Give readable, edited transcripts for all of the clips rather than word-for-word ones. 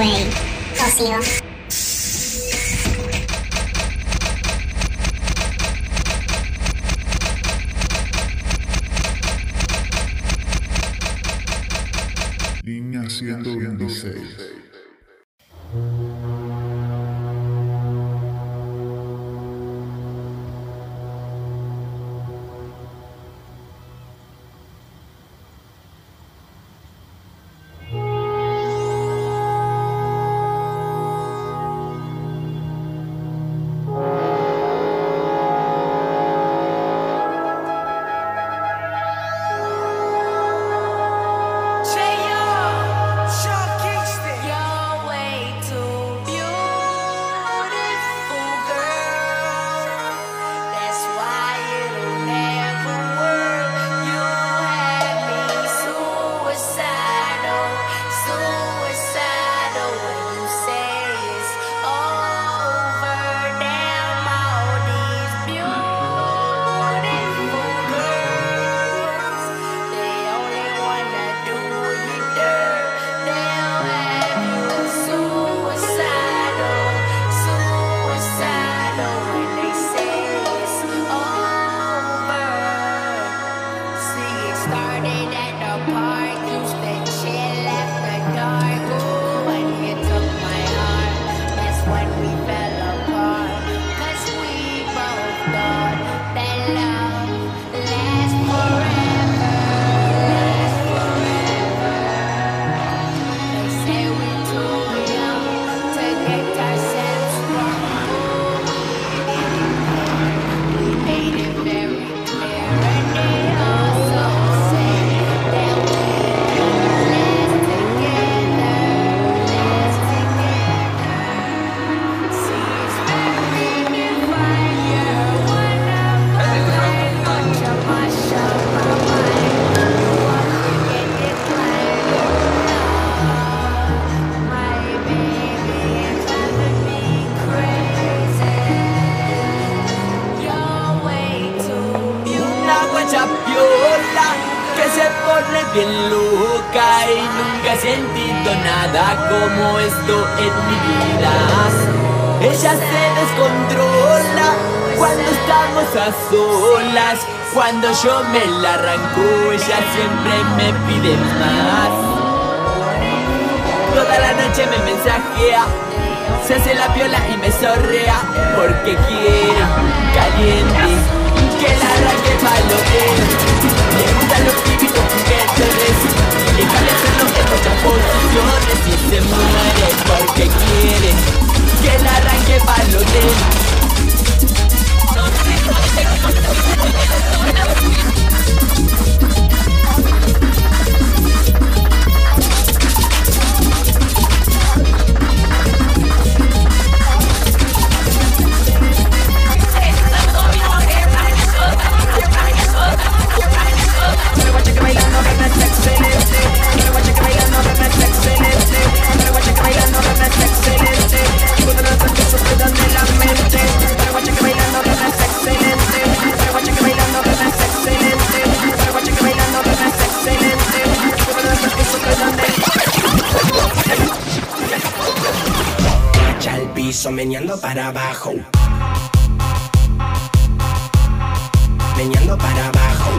DJ Rocío. Línea 126. Bien loca y nunca he sentido nada como esto en mi vida. Ella se descontrola cuando estamos a solas. Cuando yo me la arranco, ella siempre me pide más. Toda la noche me mensajea, se hace la piola y me zorrea, porque quiere caliente, que la arranque paloteo. Le gustan los pibitos juguetones, y déjale hacerlo en otras posiciones. Y se muere porque quiere que la arranque paloteo. Meneando para abajo, meneando para abajo.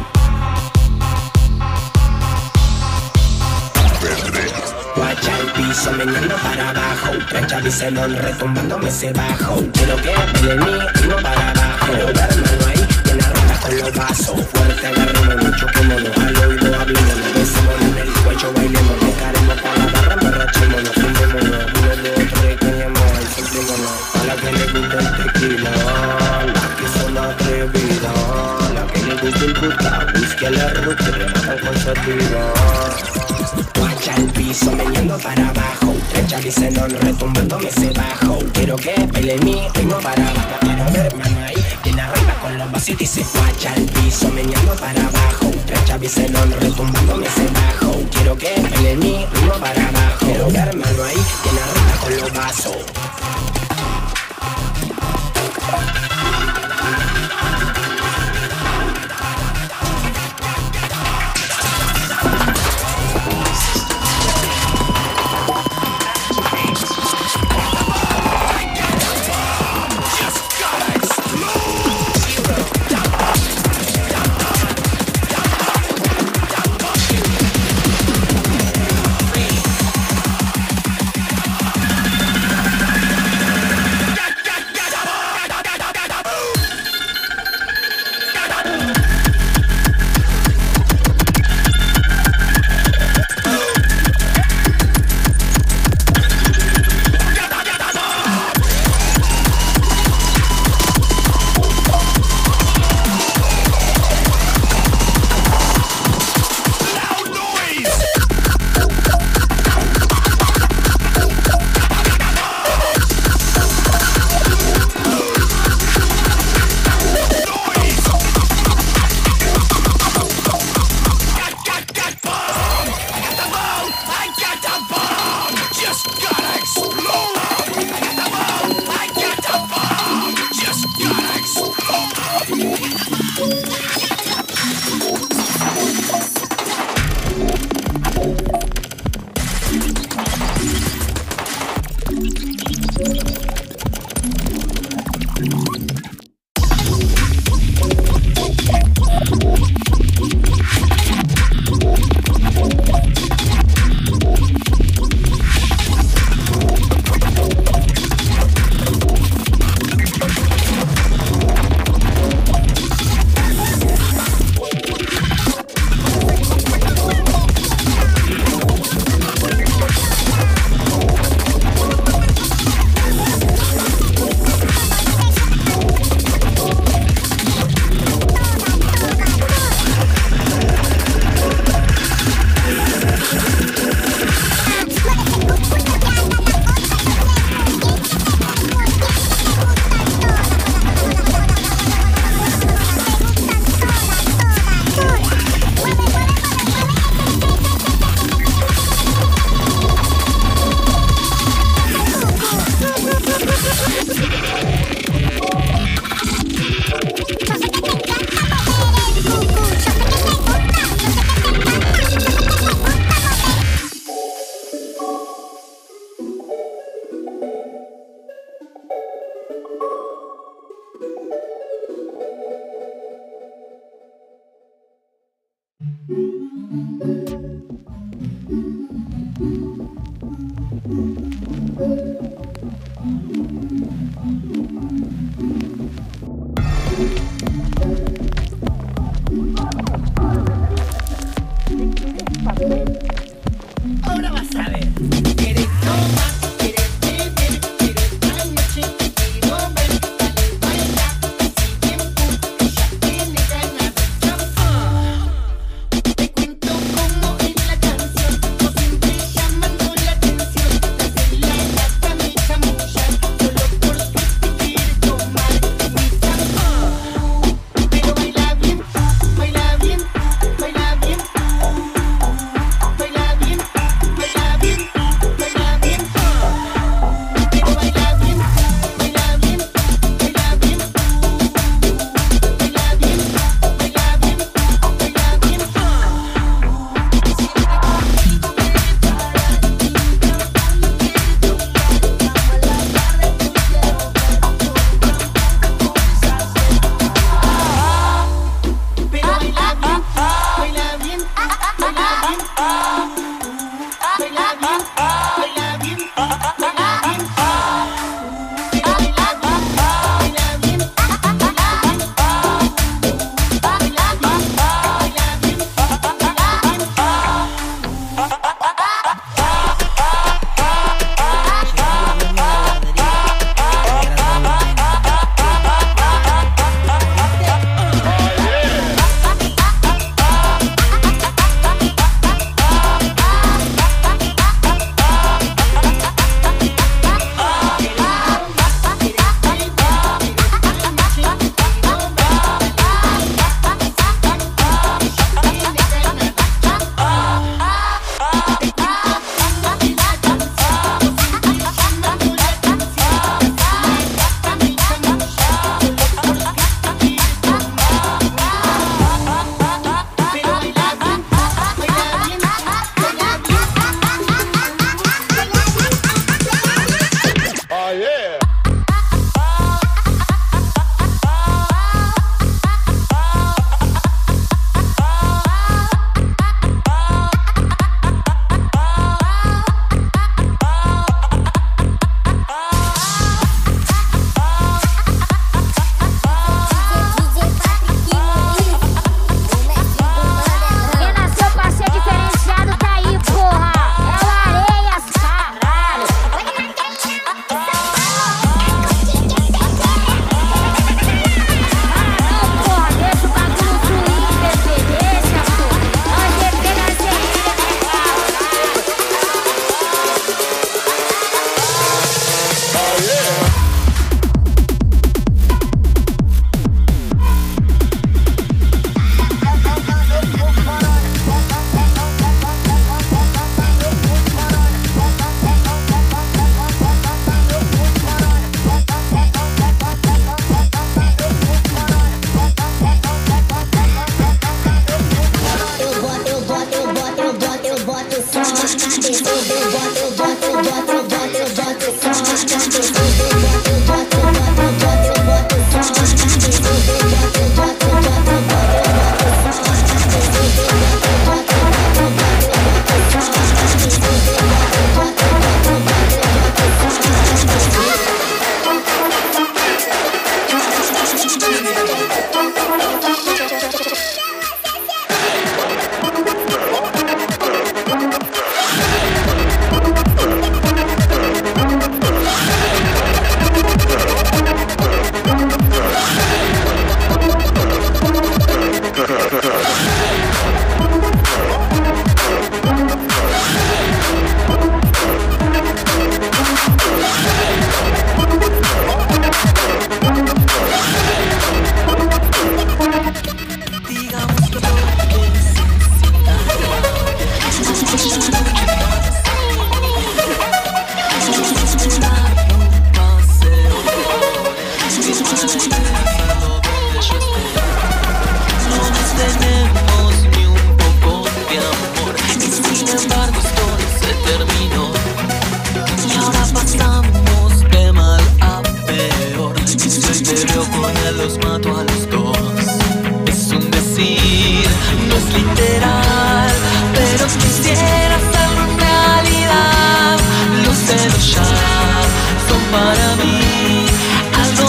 Guacha el piso, meneando para abajo. Plancha biselón, retumbándome ese bajo. Quiero que de mí, no para abajo. Hermano ahí, tiene rata con los vasos. Fuerte, agarremos mucho cómodo. Al oído hablemos, besémonos en el cuello, bailemos. Dejaremos para la barra, emborrachémonos, fundémonos. Uno, dos, tres, cañamos. A la que le gusta el tequila, la que son atrevidas, la que le gusta el puta, busque la ruta y rematan con sativa. Guacha el piso, meneando para abajo, echa biselón, retumbándome ese bajo. Quiero que baile mi ritmo para abajo. Quiero ver mano ahí, tiene arriba con los vasitos y se guacha el piso, meneando para abajo, echa biselón, retumbándome ese bajo. Quiero que baile mi ritmo para abajo. Quiero ver mano ahí, tiene arriba con los vasos. Ahora vas a ver. ¿Quieres tomar? ¿Quieres beber? Pero esta noche te quiero ver. Dale, baila, así bien pum, que ya tiene ganas de champán. Te cuento cómo es la canción, no siempre llamando la atención. Desde la lata me chamullan, solo por suerte quiere tomar mi champán.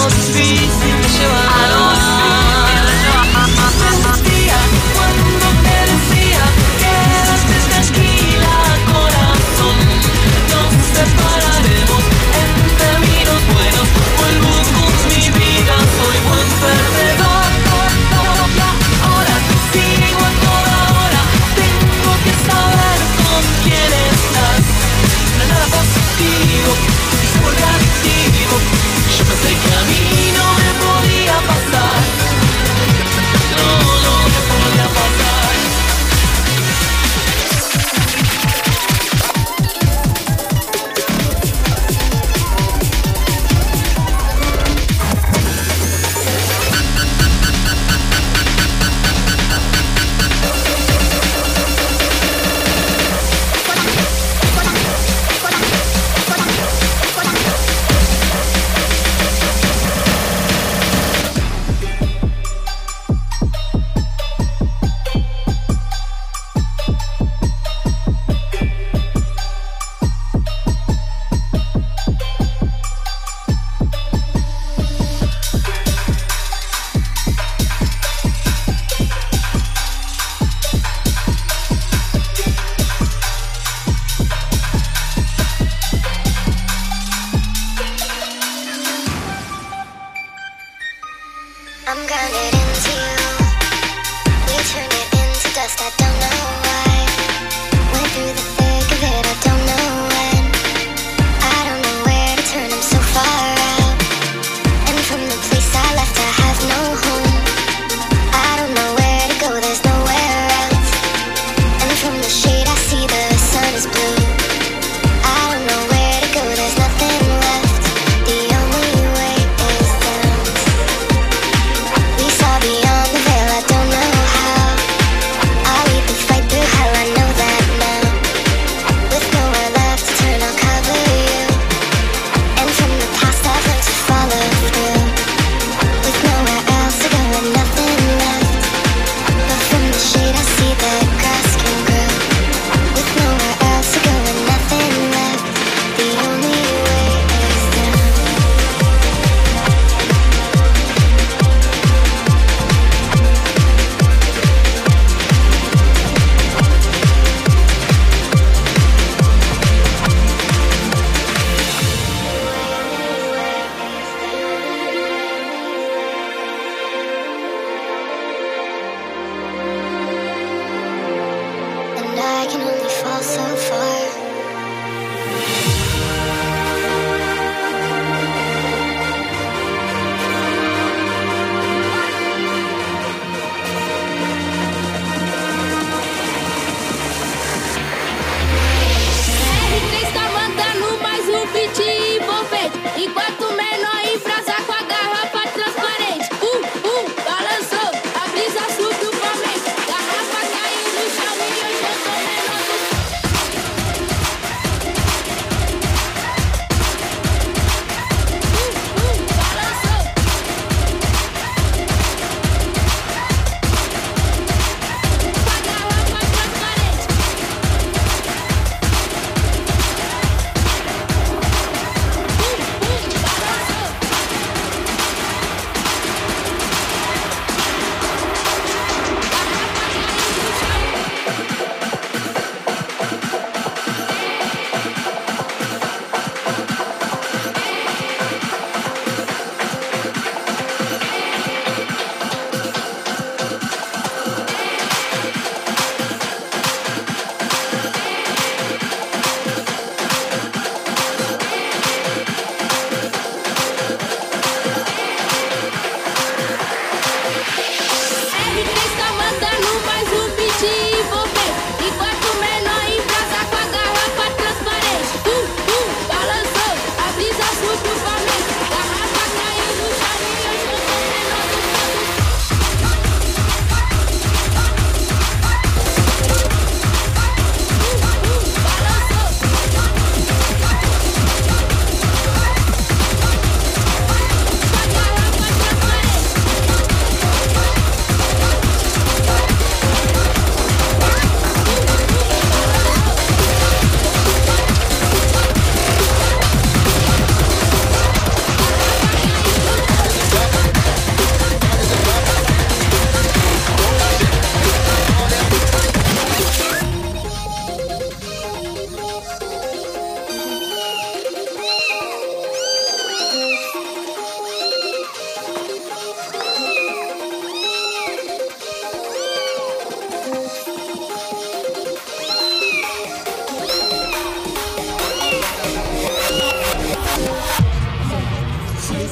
difícil me lleva a lo difícil. Cuando te decía, quédate tranquila, corazón, nos separaremos en términos buenos. Vuelvo con mi vida, soy buen perdedor. Ahora sigo a toda hora, tengo que saber con quién estás. No es nada positivo, es muy reactivo. Yo pensé que a mí no me podía pasar. No, no me podía pasar. I'm grounded into you. We turned it into dust, I don't know why. Went through the thick of it, I don't know when. I don't know where to turn, I'm so far out. And from the place I left, I have no home. I don't know where to go, there's nowhere else. And from the shade I see the sun is blue. I don't know where to go, there's nothing left. The only way is down. We saw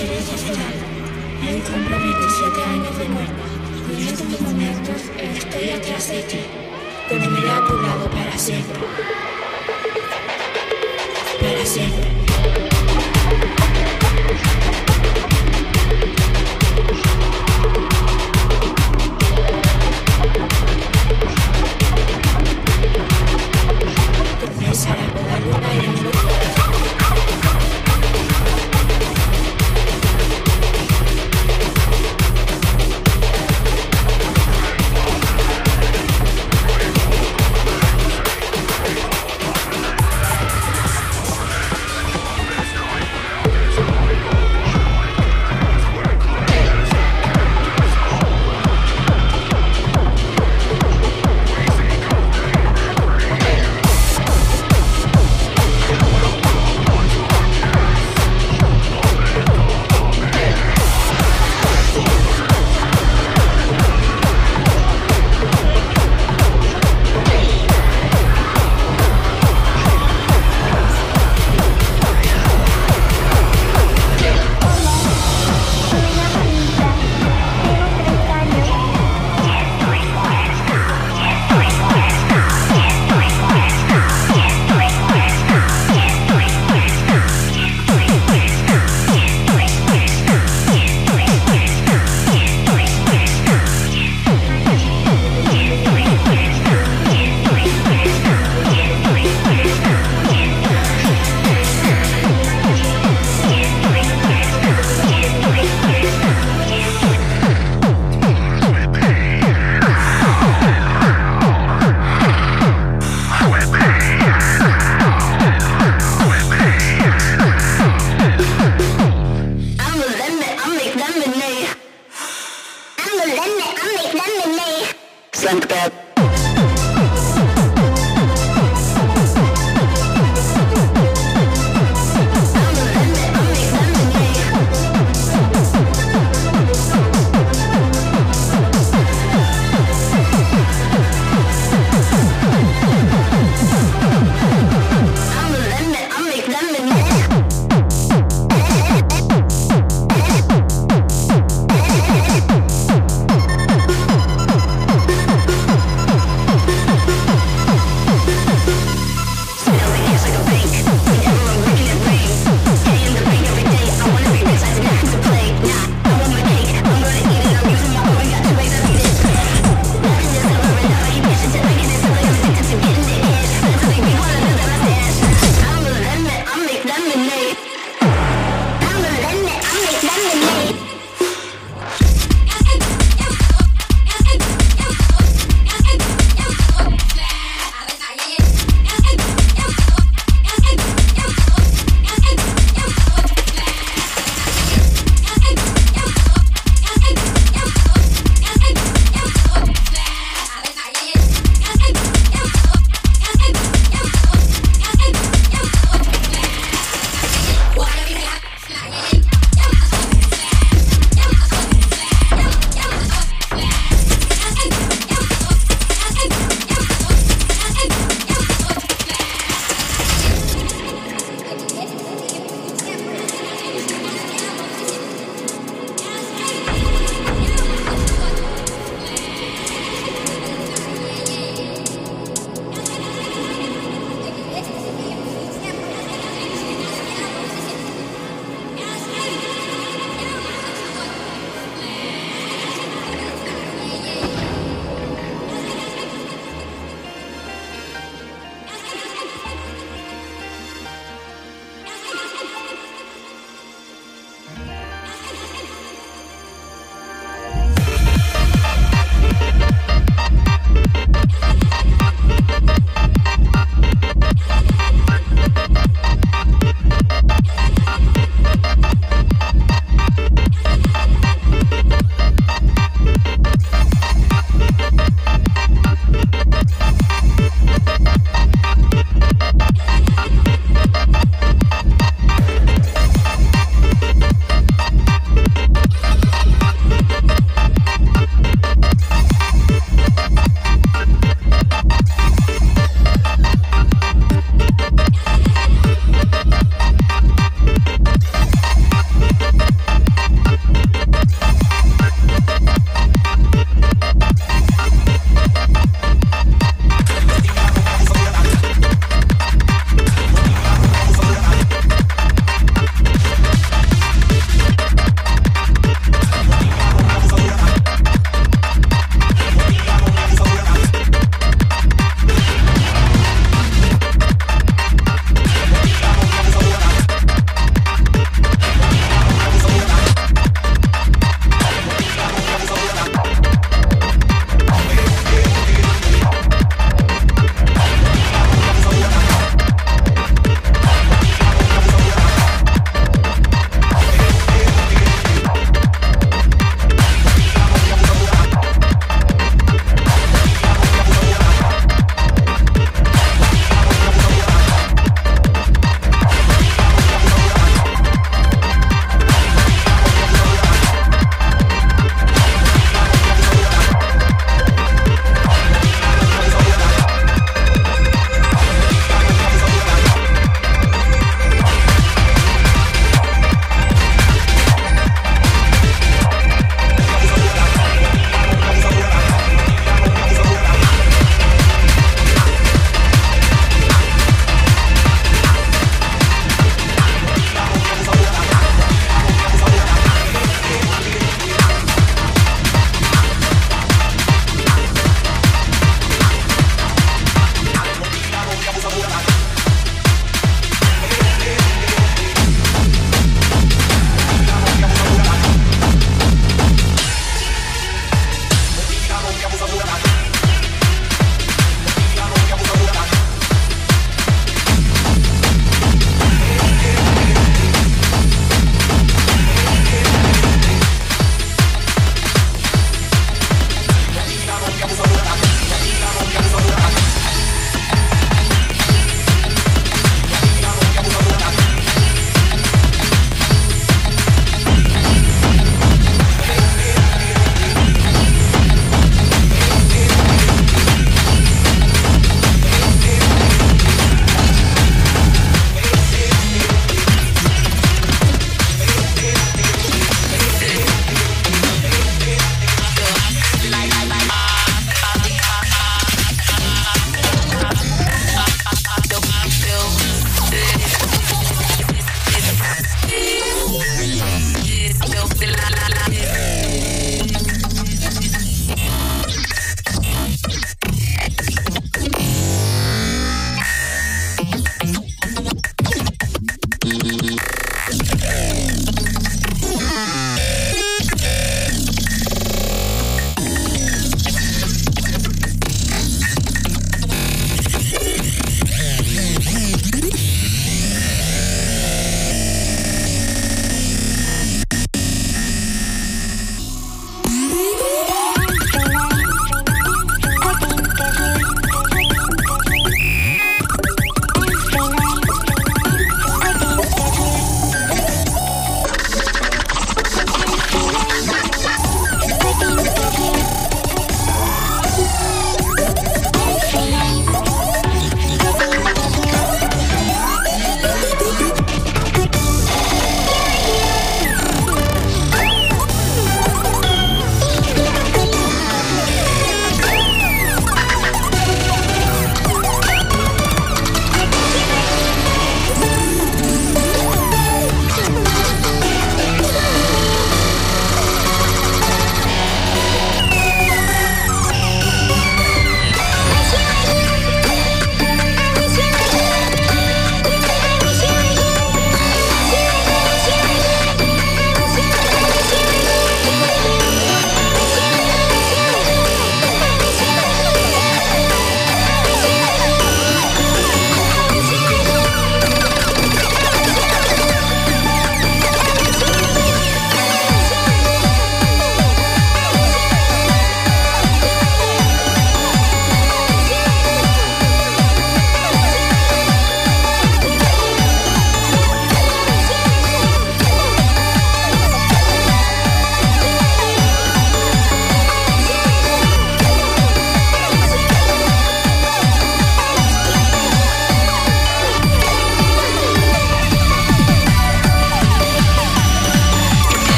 eres real. Me compro 27 años de nuevo. Y en estos momentos estoy atrás de ti. Ponémele a tu lado para siempre. Para siempre. Comenzará con la luna y la luz.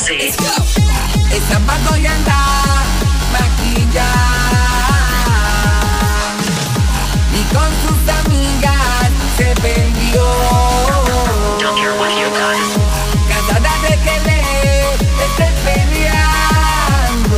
Let's go. Esa pato ya anda maquillada y con sus amigas se perdió. Cansada de que le estés peleando,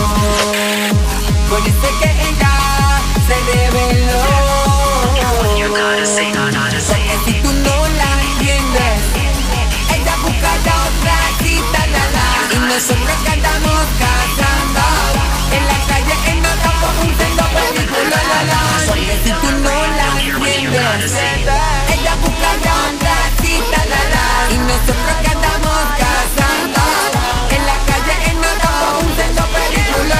con ese que ella se reveló. Porque si tú no la entiendes, ella buscará otra cita, y nosotros que andamos cazando en la calle en nota como un centro película, porque si tú no la entiendes, ella buscará otra cita, y nosotros que andamos cazando en la calle en nota como un centro película.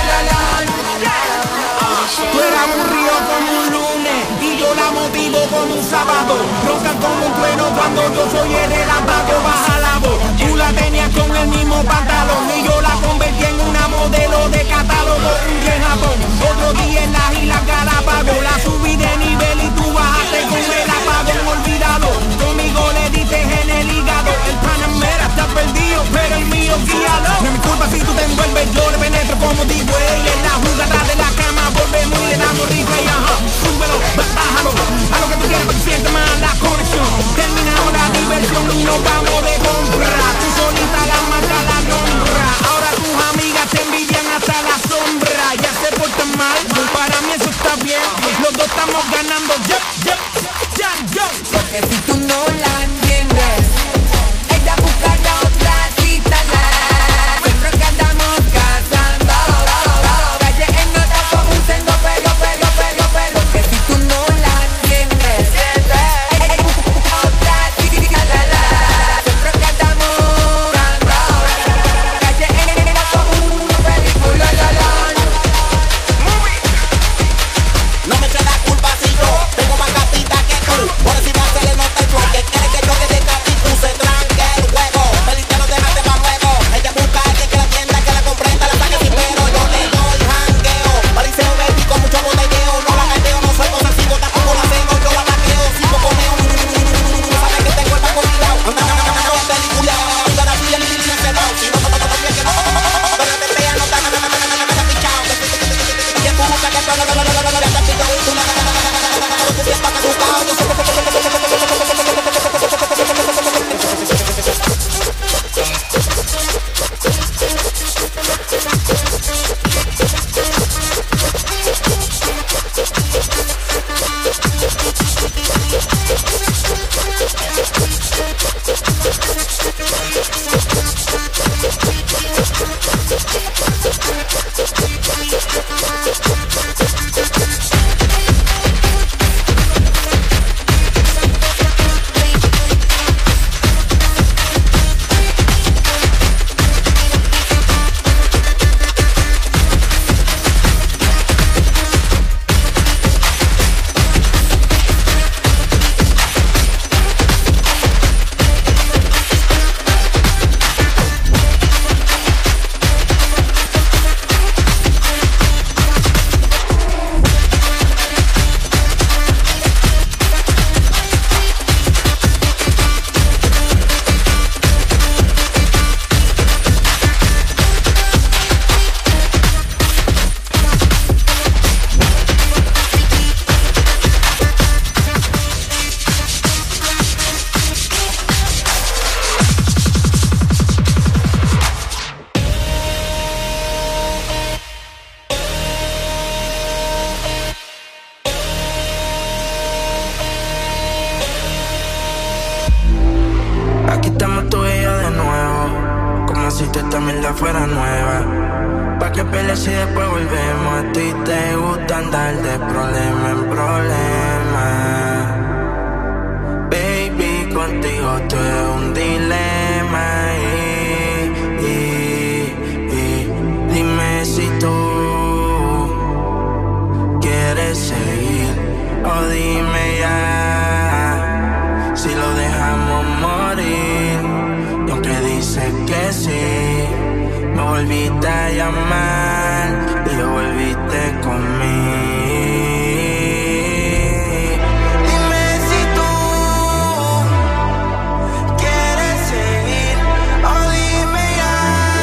Tú eres aburrido como un lunes y yo la motivo como un sábado. Ronca como un trueno cuando yo soy el relámpago. Baja la voz, tú la tenías con el mismo pantalón y yo la convertí en una modelo de catálogo. Un día en Japón, otro día en las Islas Galápagos. La subí de nivel y tú bajaste con el apagón. Olvídalo, conmigo le diste en el hígado. El Panamera está perdido, pero el mío guíalo. No es mi culpa si tú te envuelves, yo le penetro como digo. Ella en la jugada de la cama, volvemos y le damos replay, ajá. Súbelo, bájalo, a lo que tú quieras para que sienta más la conexión. Terminamos la diversión y nos vamos de compra. Tú solita la marca la nombra. Ahora tus amigas te envidian hasta la sombra. Ya se portan mal, para mí eso está bien. Los dos estamos ganando, Porque si tú no la entiendes, ella buscará otra cita. Nosotros que andamos cazando calle en nota como un centro pelo. Porque si tú no la entiendes, ella buscará otra cita. Nosotros que andamos cazando calle en nota como un película. No me eches la culpa si yo tengo más gatita que tú. Por encima se le nota el flow. Que quiere que yo quede gatito, se tranque el juego. Felicia no te mete pa' luego. Ella busca a alguien que la atienda, que la comprenda, la saque sin pero. Yo le doy jangueo. Pariseo baby con mucho botelleo. No la gateo, no soy posesivo, tampoco la tengo. Yo la taqueo, sigo coneo. Sabe que tengo el banco virado. Anda, película. Anda, la fila, ni se no. Si no, pero te pega, no está pichado. Y tú busca que ya te pico y tú la fuera nueva. Pa' que pelees y después volvemos. A ti te gusta andar de problema en problema. Baby, contigo tú es un dilema. Dime si tú quieres seguir o dime ya si lo dejamos morir. Y aunque dices que sí, me volviste a llamar y lo volviste conmigo. Dime si tú quieres seguir o dime ya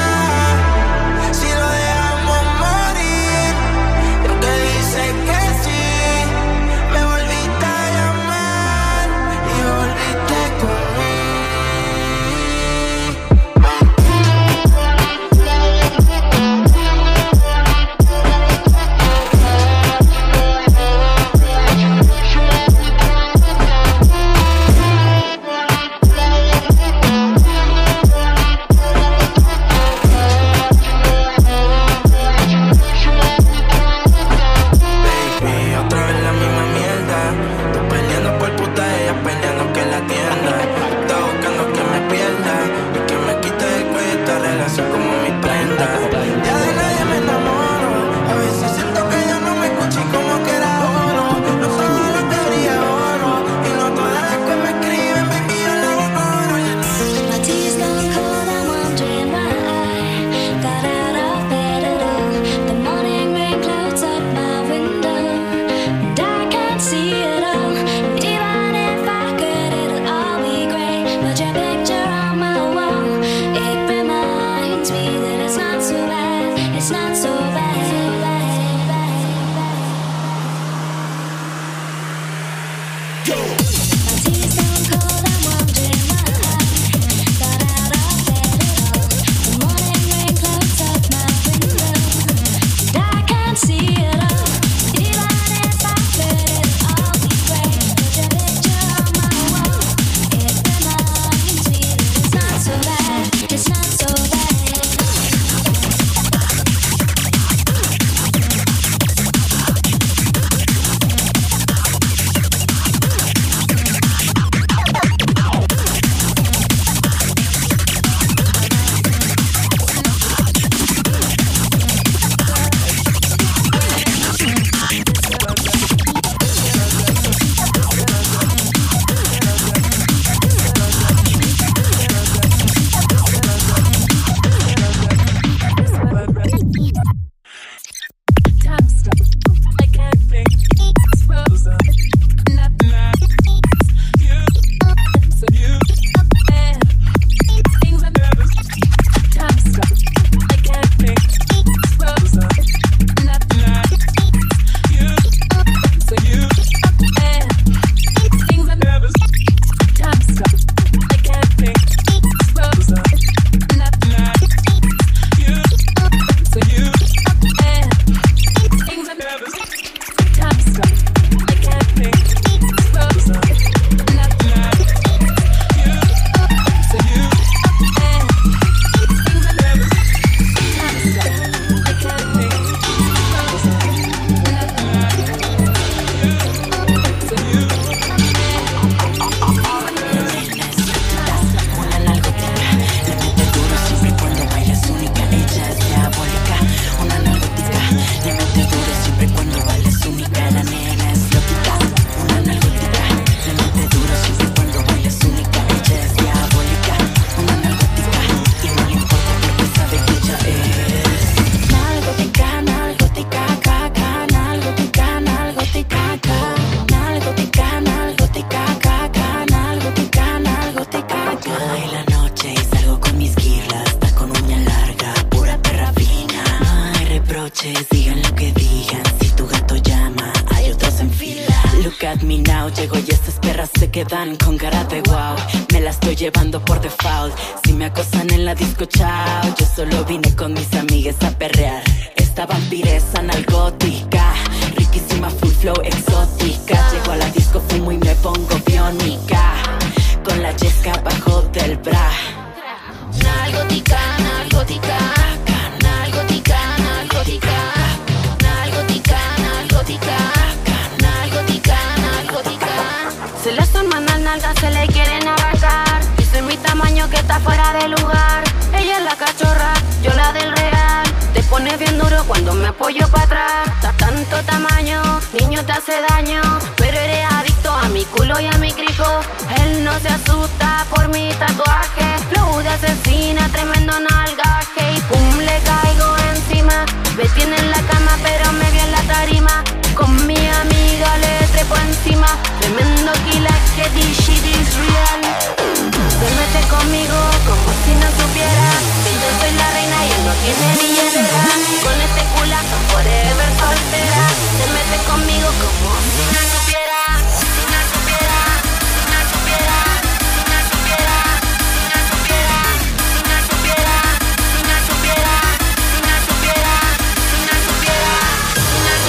me now. Llego y estas perras se quedan con cara de wow. Me la estoy llevando por default. Si me acosan en la disco, chao. Yo solo vine con mis amigas a perrear. Esta vampiresa analgótica, riquísima, full flow, exótica. Llego a la disco, fumo y me pongo biónica, con la yesca abajo del bra. Nalgótica, nalgótica, nalgótica, nalgótica, nalgótica, nalgótica, nalgótica, nalgótica. Se le asoman las nalgas, se le quieren arrancar. Dice mi tamaño que está fuera de lugar. Ella es la cachorra, yo la del real. Te pone bien duro cuando me apoyo para atrás. Tanto tamaño, niño te hace daño, pero eres adicto a mi culo y a mi crico. Él no se asusta por mi tatuaje. Flow de asesina, tremendo nalgaje. Y pum, le caigo encima. Me tiene en la cama, pero me vi en la tarima. Con mi amiga le trepo encima. Tremendo killer que this shit is real. Se mete conmigo como si no supiera que yo soy la reina y él no tiene billetera. Con este culazo forever soltera. Se mete conmigo como si no supiera, si no supiera, si no supiera, si no supiera, si no supiera, si no supiera, si no supiera, si no supiera, si no supiera, si no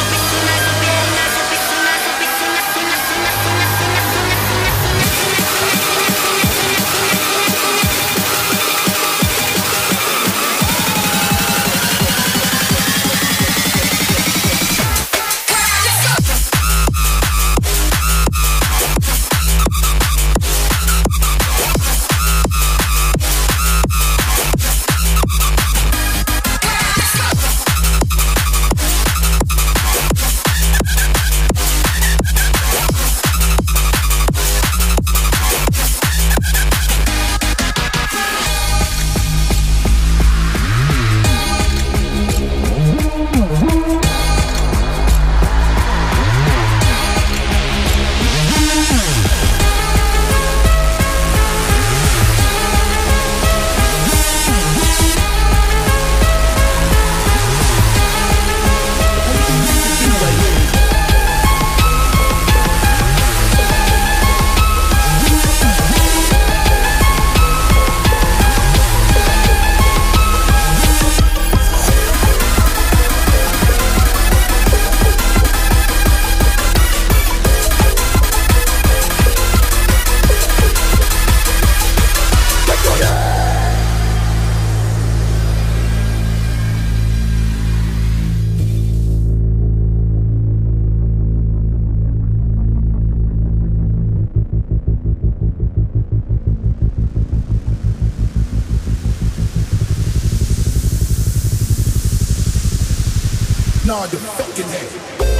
Nod your fucking head.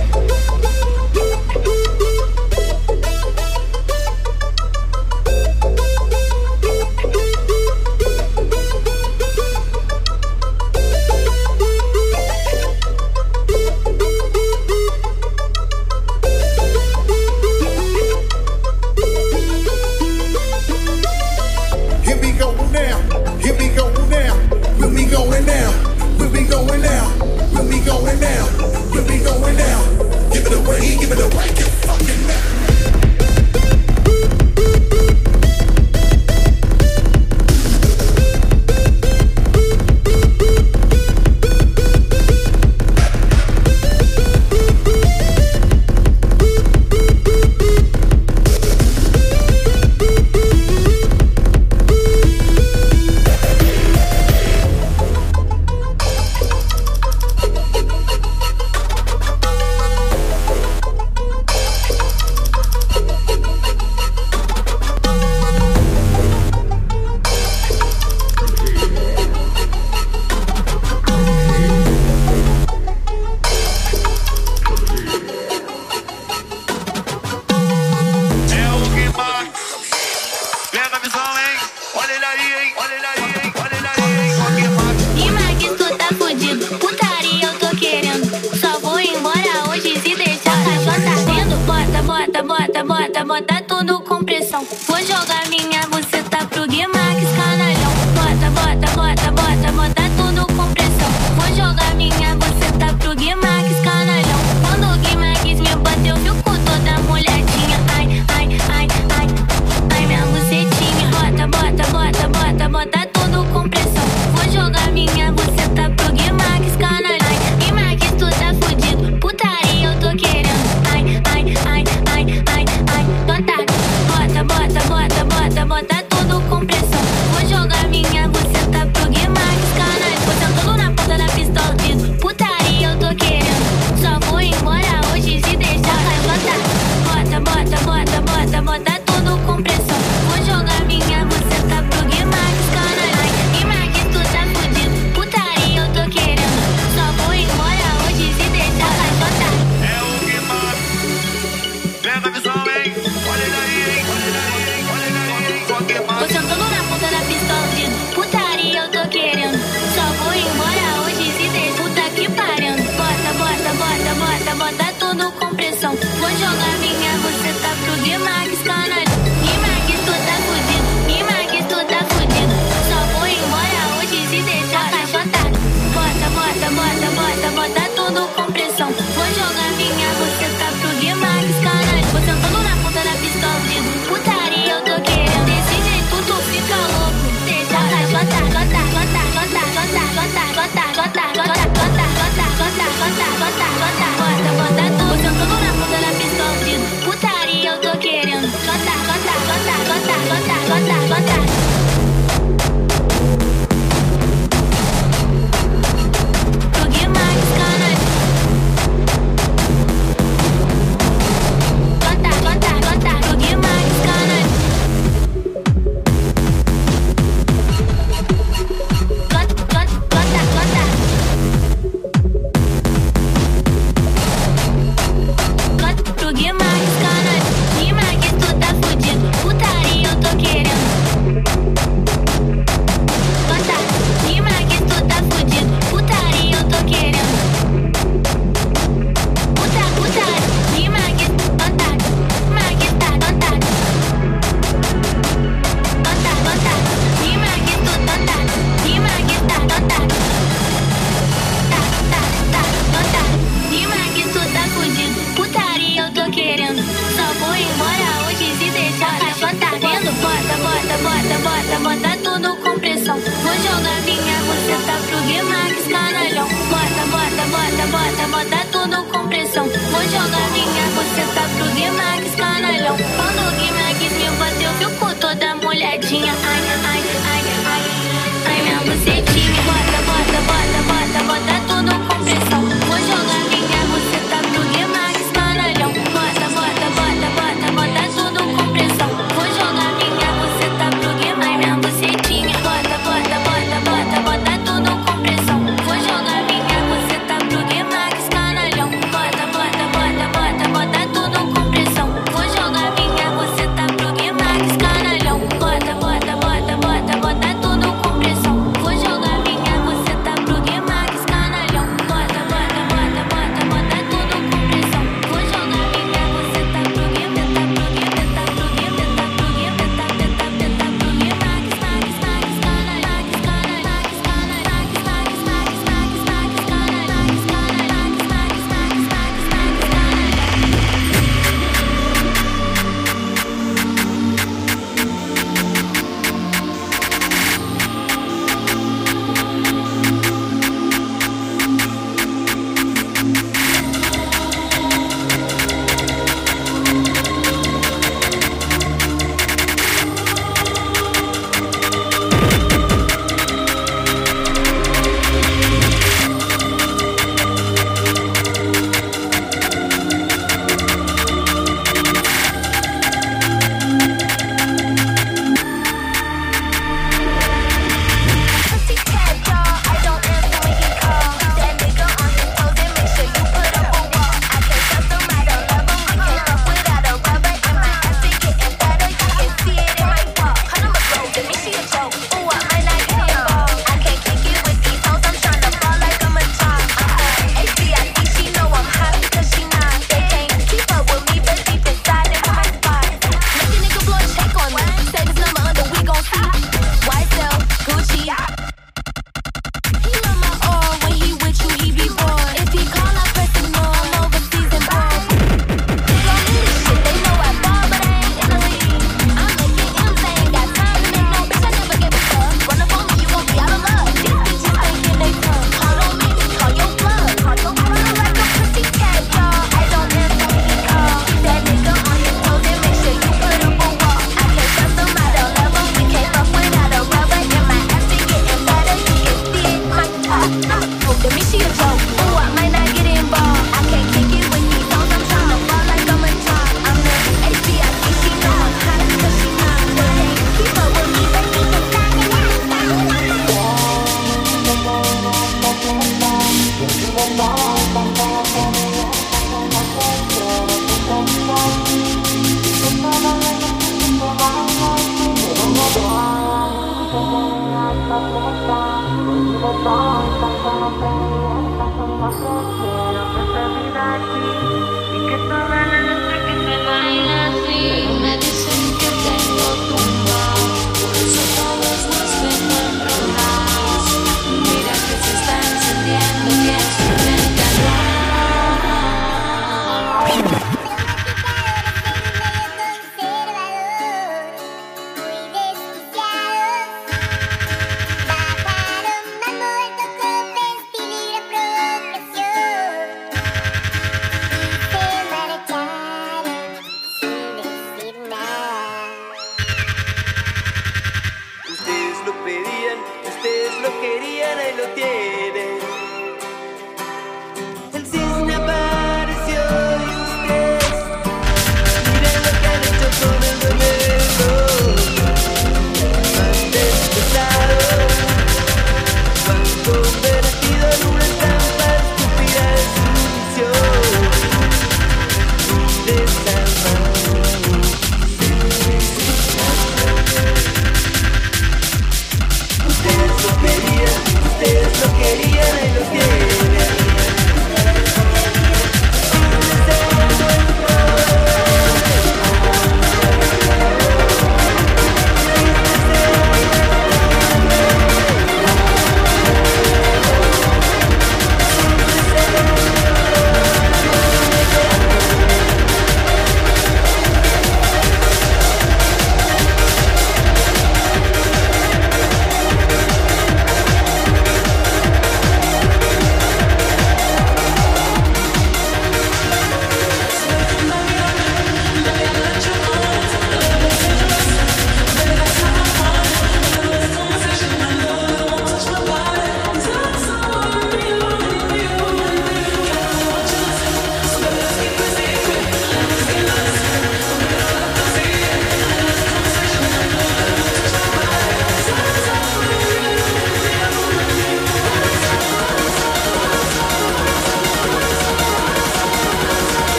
Here we go now, here we go now, we'll be going now, we'll be going now, we'll be going now, we'll be going now. Give it away, give it away, you fucking man. Bota tudo com pressão. Vou jogar minha buceta pro Guimax, canalhão. Bota tudo com pressão. Vou jogar minha buceta pro Guimax, canalhão. Quando o Guimax me bateu, ficou toda molhadinha.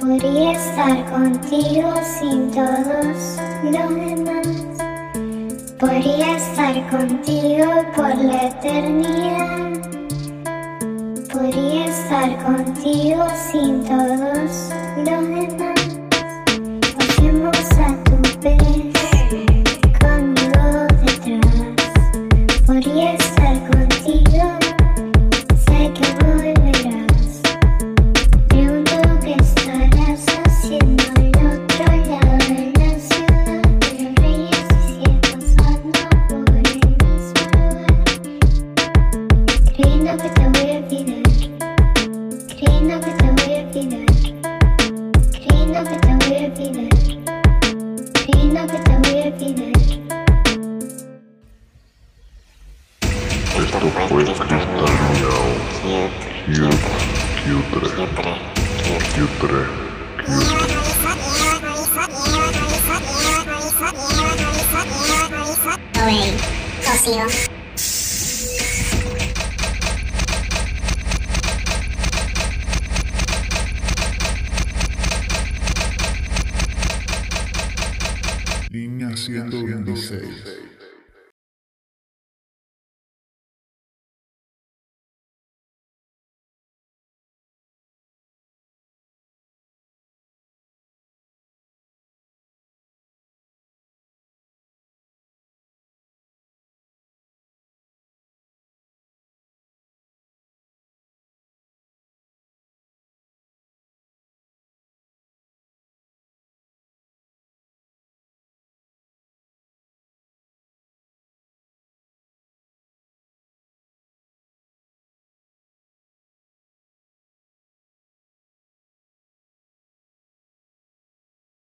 Podría estar contigo sin todos los demás. Podría estar contigo por la eternidad. Podría estar contigo sin todos los demás. Pasemos a tu vez, conmigo detrás. Podría estar contigo, sé que volverás. Pregunto qué estarás haciendo al otro lado de la ciudad. De los reyes y ciegos pasando por el mismo lugar. Creyendo que te voy a olvidar. Creyendo que te voy a olvidar. Creyendo que te voy a olvidar. Creyendo que te voy a olvidar. Esto fue Cristal Miau. Q3. Oye, cocido. Línea 126.